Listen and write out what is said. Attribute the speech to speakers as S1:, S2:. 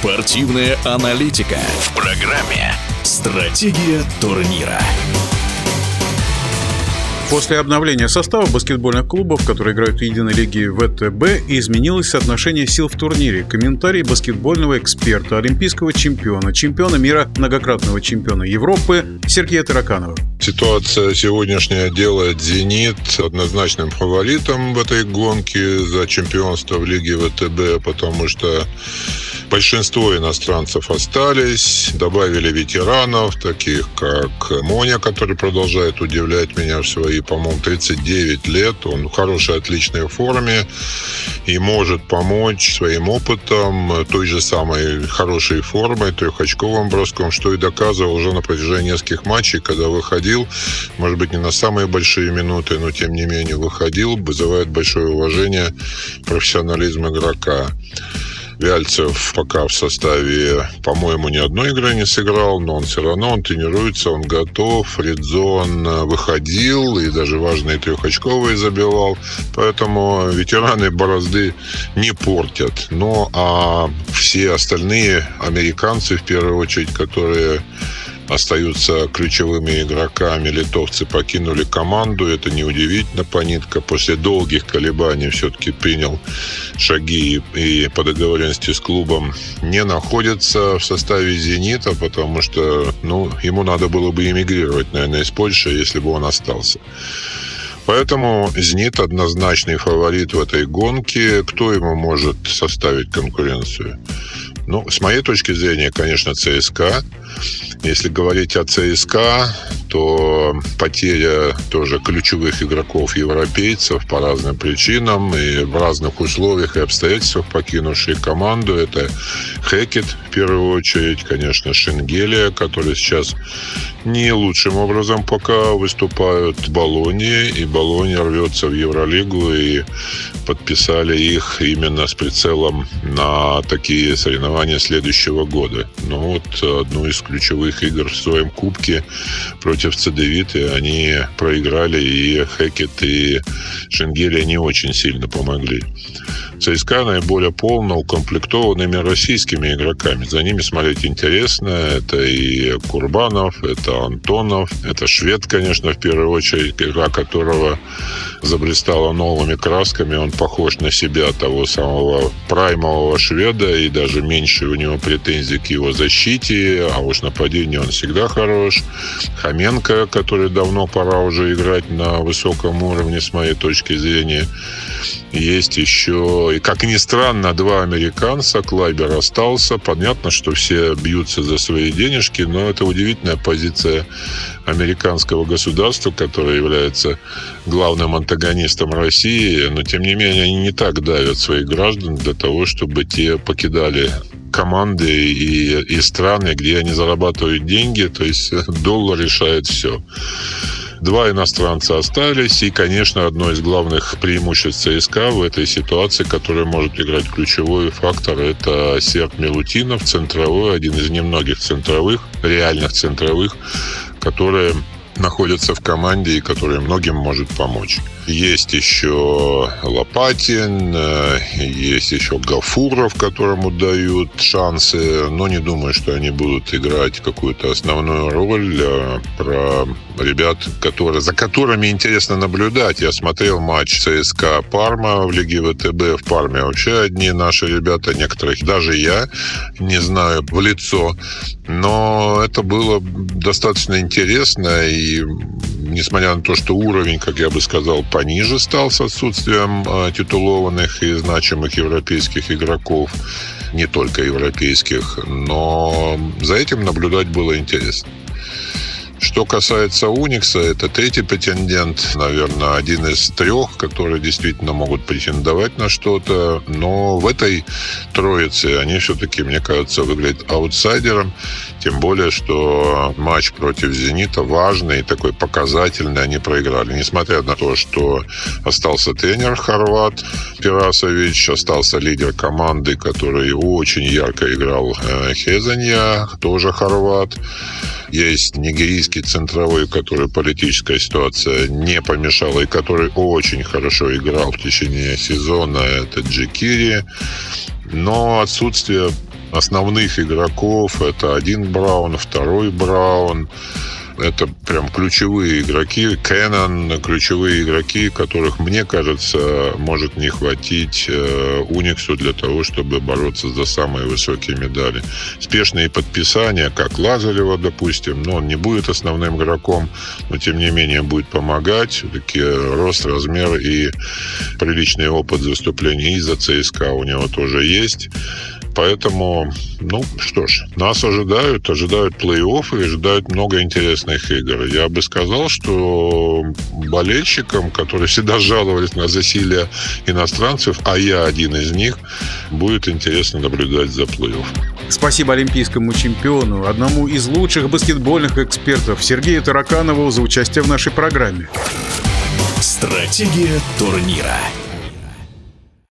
S1: Спортивная аналитика в программе «Стратегия турнира».
S2: После обновления состава баскетбольных клубов, которые играют в единой лиге ВТБ, изменилось соотношение сил в турнире. Комментарий баскетбольного эксперта, олимпийского чемпиона, чемпиона мира, многократного чемпиона Европы Сергея Тараканова.
S3: Ситуация сегодняшняя делает «Зенит» однозначным фаворитом в этой гонке за чемпионство в лиге ВТБ, потому что большинство иностранцев остались, добавили ветеранов, таких как Моня, который продолжает удивлять меня в свои, по-моему, 39 лет. Он в хорошей, отличной форме и может помочь своим опытом, той же самой хорошей формой, трехочковым броском, что и доказывал уже на протяжении нескольких матчей, когда выходил, может быть, не на самые большие минуты, но тем не менее выходил, вызывает большое уважение, профессионализм игрока. Вяльцев пока в составе, по-моему, ни одной игры не сыграл, но он все равно, он тренируется, он готов. Редзон выходил и даже важные трехочковые забивал. Поэтому ветераны борозды не портят. Ну, а все остальные американцы, в первую очередь, которые остаются ключевыми игроками, литовцы покинули команду. Это неудивительно. Панитка после долгих колебаний все-таки принял шаги и по договоренности с клубом не находится в составе «Зенита», потому что ему надо было бы эмигрировать, наверное, из Польши, если бы он остался. Поэтому «Зенит» однозначный фаворит в этой гонке. Кто ему может составить конкуренцию? С моей точки зрения, конечно, ЦСКА. Если говорить о ЦСКА, то потеря тоже ключевых игроков-европейцев по разным причинам и в разных условиях и обстоятельствах, покинувшие команду. Это Хекет, в первую очередь, конечно, Шенгелия, который сейчас не лучшим образом пока выступают в Болонье, и Болонья рвется в Евролигу, и подписали их именно с прицелом на такие соревнования следующего года. Одну из ключевых игр в своем кубке против Цедевиты они проиграли, и Хекет и Шенгелия не очень сильно помогли. ЦСКА наиболее полно укомплектованными российскими игроками. За ними смотреть интересно. Это и Курбанов, это Антонов, это швед, конечно, в первую очередь, игра которого заблистала новыми красками. Он похож на себя, того самого праймового шведа, и даже меньше у него претензий к его защите, а уж нападении он всегда хорош. Хоменко, который давно пора уже играть на высоком уровне, с моей точки зрения. Есть еще, и как ни странно, два американца. Клайбер остался. Понятно, что все бьются за свои денежки, но это удивительная позиция американского государства, которое является главным антагонистом России. Но, тем не менее, они не так давят своих граждан для того, чтобы те покидали команды и страны, где они зарабатывают деньги. То есть доллар решает все. Два иностранца остались, и, конечно, одно из главных преимуществ ЦСКА в этой ситуации, которая может играть ключевой фактор, это Серб Милутинов, центровой, один из немногих центровых, реальных центровых, которые находятся в команде и который многим может помочь. Есть еще Лопатин, есть еще Гафуров, которому дают шансы, но не думаю, что они будут играть какую-то основную роль. Про ребят, за которыми интересно наблюдать. Я смотрел матч ЦСКА Парма в лиге ВТБ. В Парме вообще одни наши ребята, некоторых даже я не знаю в лицо. Но это было достаточно интересно, и несмотря на то, что уровень, как я бы сказал, пониже стал с отсутствием титулованных и значимых европейских игроков, не только европейских, но за этим наблюдать было интересно. Что касается Уникса, это третий претендент, наверное, один из трех, которые действительно могут претендовать на что-то. Но в этой троице они все-таки, мне кажется, выглядят аутсайдером. Тем более, что матч против «Зенита» важный, такой показательный, они проиграли. Несмотря на то, что остался тренер хорват Пирасович, остался лидер команды, который очень ярко играл, Хезанья, тоже хорват. Есть нигерийский центровой, который политическая ситуация не помешала, и который очень хорошо играл в течение сезона, это Джекири. Но отсутствие основных игроков. Это один Браун, второй Браун. Это прям ключевые игроки. Кеннон, ключевые игроки, которых, мне кажется, может не хватить Униксу для того, чтобы бороться за самые высокие медали. Спешные подписания, как Лазарева, допустим, но он не будет основным игроком, но тем не менее будет помогать. Все-таки рост, размер и приличный опыт выступлений и за ЦСКА у него тоже есть. Поэтому, что ж, нас ожидают плей-офф и ожидают много интересных игр. Я бы сказал, что болельщикам, которые всегда жаловались на засилие иностранцев, а я один из них, будет интересно наблюдать за плей-офф.
S2: Спасибо олимпийскому чемпиону, одному из лучших баскетбольных экспертов Сергею Тараканову за участие в нашей программе.
S1: Стратегия турнира.